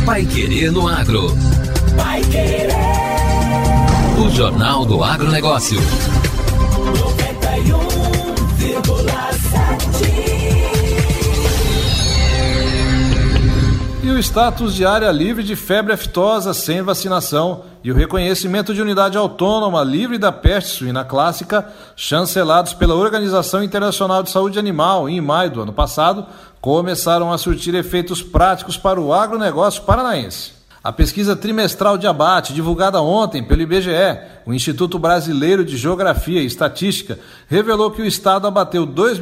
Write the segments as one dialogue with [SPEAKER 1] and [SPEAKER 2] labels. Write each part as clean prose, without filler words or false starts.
[SPEAKER 1] Paiquerê no Agro.
[SPEAKER 2] Paiquerê.
[SPEAKER 1] O Jornal do Agronegócio.
[SPEAKER 2] 91,7.
[SPEAKER 3] E o status de área livre de febre aftosa sem vacinação e o reconhecimento de unidade autônoma livre da peste suína clássica, chancelados pela Organização Internacional de Saúde Animal em maio do ano passado, começaram a surtir efeitos práticos para o agronegócio paranaense. A pesquisa trimestral de abate, divulgada ontem pelo IBGE, o Instituto Brasileiro de Geografia e Estatística, revelou que o Estado abateu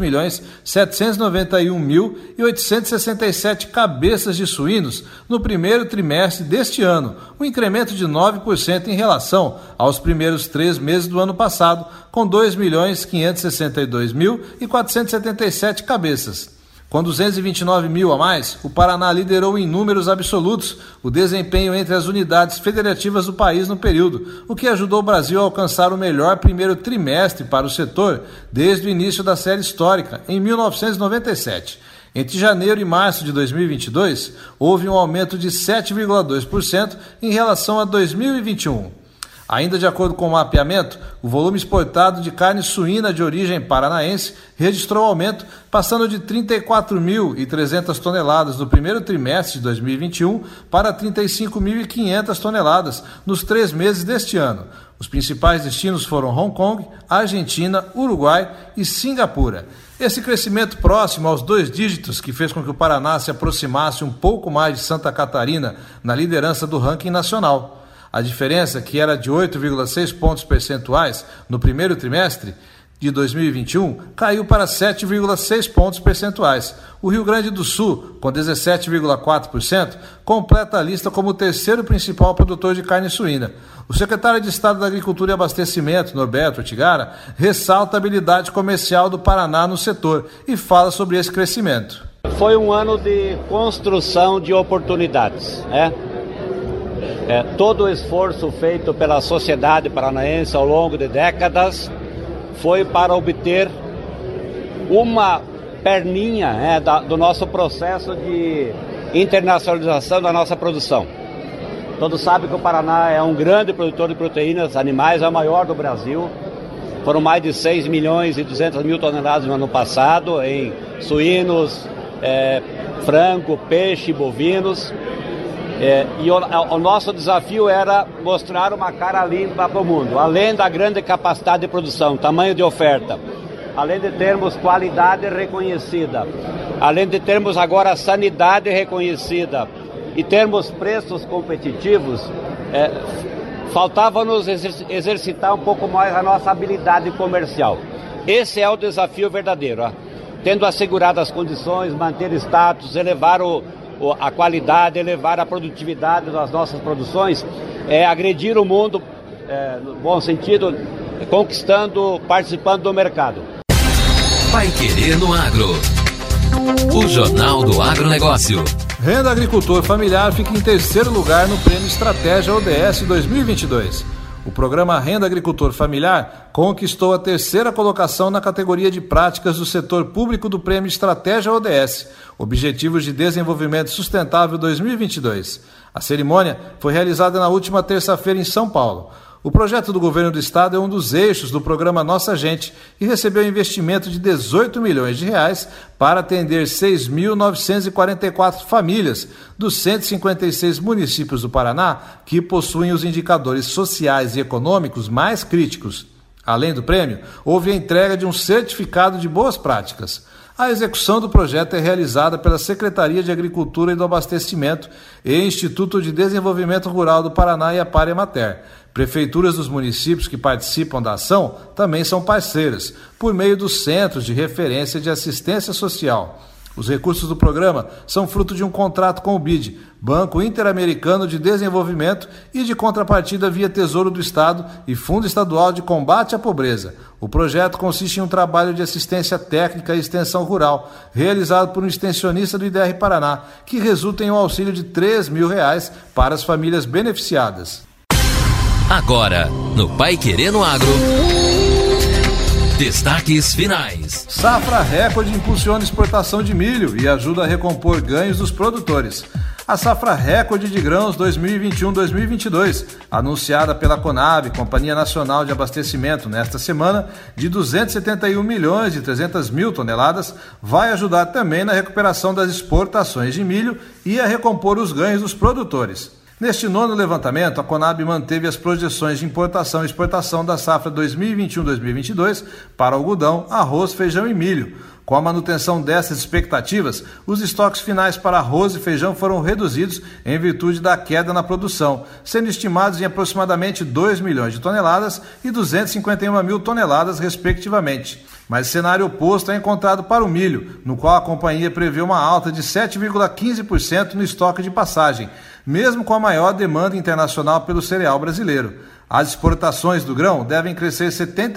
[SPEAKER 3] 2.791.867 cabeças de suínos no primeiro trimestre deste ano, um incremento de 9% em relação aos primeiros 3 meses do ano passado, com 2.562.477 cabeças. Com 229 mil a mais, o Paraná liderou em números absolutos o desempenho entre as unidades federativas do país no período, o que ajudou o Brasil a alcançar o melhor primeiro trimestre para o setor desde o início da série histórica, em 1997. Entre janeiro e março de 2022, houve um aumento de 7,2% em relação a 2021. Ainda de acordo com o mapeamento, o volume exportado de carne suína de origem paranaense registrou aumento, passando de 34.300 toneladas no primeiro trimestre de 2021 para 35.500 toneladas nos 3 meses deste ano. Os principais destinos foram Hong Kong, Argentina, Uruguai e Singapura. Esse crescimento próximo aos 2 dígitos que fez com que o Paraná se aproximasse um pouco mais de Santa Catarina na liderança do ranking nacional. A diferença, que era de 8,6 pontos percentuais no primeiro trimestre de 2021, caiu para 7,6 pontos percentuais. O Rio Grande do Sul, com 17,4%, completa a lista como o terceiro principal produtor de carne suína. O secretário de Estado da Agricultura e Abastecimento, Norberto Ortigara, ressalta a habilidade comercial do Paraná no setor e fala sobre esse crescimento.
[SPEAKER 4] Foi um ano de construção de oportunidades, todo o esforço feito pela sociedade paranaense ao longo de décadas foi para obter uma perninha do nosso processo de internacionalização da nossa produção. Todos sabem que o Paraná é um grande produtor de proteínas animais, é o maior do Brasil. Foram mais de 6 milhões e 200 mil toneladas no ano passado em suínos, frango, peixe, bovinos. E o nosso desafio era mostrar uma cara limpa para o mundo, além da grande capacidade de produção, tamanho de oferta, além de termos qualidade reconhecida, além de termos agora sanidade reconhecida e termos preços competitivos, faltava-nos exercitar um pouco mais a nossa habilidade comercial. Esse é o desafio verdadeiro, tendo assegurado as condições, manter status, elevar a qualidade, elevar a produtividade das nossas produções, agredir o mundo, no bom sentido, conquistando, participando do mercado.
[SPEAKER 1] Paiquerê no Agro. O Jornal do Agronegócio.
[SPEAKER 3] Renda Agricultor Familiar fica em terceiro lugar no Prêmio Estratégia ODS 2022. O programa Renda Agricultor Familiar conquistou a terceira colocação na categoria de práticas do setor público do Prêmio Estratégia ODS, Objetivos de Desenvolvimento Sustentável 2022. A cerimônia foi realizada na última terça-feira em São Paulo. O projeto do governo do estado é um dos eixos do programa Nossa Gente e recebeu um investimento de 18 milhões de reais para atender 6.944 famílias dos 156 municípios do Paraná que possuem os indicadores sociais e econômicos mais críticos. Além do prêmio, houve a entrega de um certificado de boas práticas. A execução do projeto é realizada pela Secretaria de Agricultura e do Abastecimento e Instituto de Desenvolvimento Rural do Paraná e a Par Emater. Prefeituras dos municípios que participam da ação também são parceiras, por meio dos Centros de Referência de Assistência Social. Os recursos do programa são fruto de um contrato com o BID, Banco Interamericano de Desenvolvimento, e de contrapartida via Tesouro do Estado e Fundo Estadual de Combate à Pobreza. O projeto consiste em um trabalho de assistência técnica e extensão rural, realizado por um extensionista do IDR Paraná, que resulta em um auxílio de R$ 3.000 para as famílias beneficiadas.
[SPEAKER 1] Agora, no Paiquerê no Agro, destaques finais.
[SPEAKER 3] Safra recorde impulsiona exportação de milho e ajuda a recompor ganhos dos produtores. A safra recorde de grãos 2021-2022, anunciada pela Conab, Companhia Nacional de Abastecimento, nesta semana, de 271 milhões e 300 mil toneladas, vai ajudar também na recuperação das exportações de milho e a recompor os ganhos dos produtores. Neste nono levantamento, a Conab manteve as projeções de importação e exportação da safra 2021-2022 para algodão, arroz, feijão e milho. Com a manutenção dessas expectativas, os estoques finais para arroz e feijão foram reduzidos em virtude da queda na produção, sendo estimados em aproximadamente 2 milhões de toneladas e 251 mil toneladas, respectivamente. Mas o cenário oposto é encontrado para o milho, no qual a companhia prevê uma alta de 7,15% no estoque de passagem, mesmo com a maior demanda internacional pelo cereal brasileiro. As exportações do grão devem crescer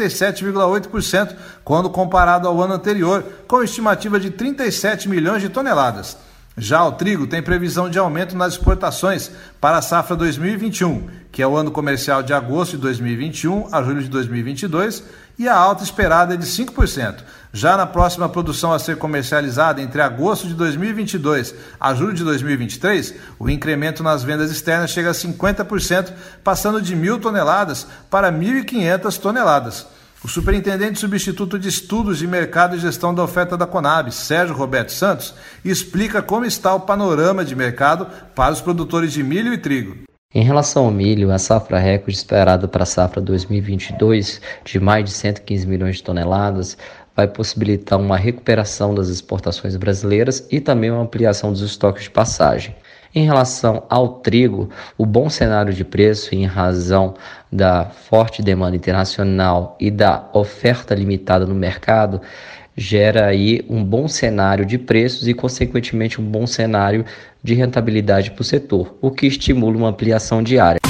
[SPEAKER 3] 77,8% quando comparado ao ano anterior, com estimativa de 37 milhões de toneladas. Já o trigo tem previsão de aumento nas exportações para a safra 2021, que é o ano comercial de agosto de 2021 a julho de 2022, e a alta esperada é de 5%. Já na próxima produção a ser comercializada entre agosto de 2022 a julho de 2023, o incremento nas vendas externas chega a 50%, passando de 1.000 toneladas para 1.500 toneladas. O superintendente substituto de Estudos de Mercado e Gestão da Oferta da Conab, Sérgio Roberto Santos, explica como está o panorama de mercado para os produtores de milho e trigo.
[SPEAKER 2] Em relação ao milho, a safra recorde esperada para a safra 2022, de mais de 115 milhões de toneladas, vai possibilitar uma recuperação das exportações brasileiras e também uma ampliação dos estoques de passagem. Em relação ao trigo, o bom cenário de preço, em razão da forte demanda internacional e da oferta limitada no mercado, gera aí um bom cenário de preços e, consequentemente, um bom cenário de rentabilidade para o setor, o que estimula uma ampliação diária.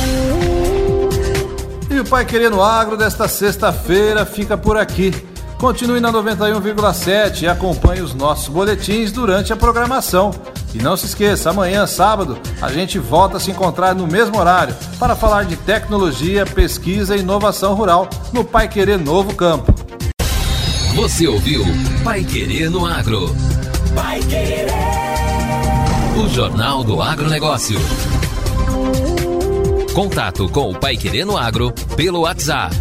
[SPEAKER 3] E o Pai Querendo Agro desta sexta-feira fica por aqui. Continue na 91,7 e acompanhe os nossos boletins durante a programação. E não se esqueça, amanhã, sábado, a gente volta a se encontrar no mesmo horário para falar de tecnologia, pesquisa e inovação rural no Pai Querer Novo Campo.
[SPEAKER 1] Você ouviu Pai Querer no Agro.
[SPEAKER 5] Pai Querer.
[SPEAKER 1] O Jornal do Agronegócio. Contato com o Pai Querer no Agro pelo WhatsApp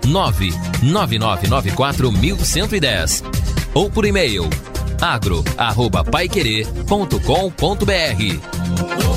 [SPEAKER 1] 999941110 ou por e-mail agro@paiquerer.com.br.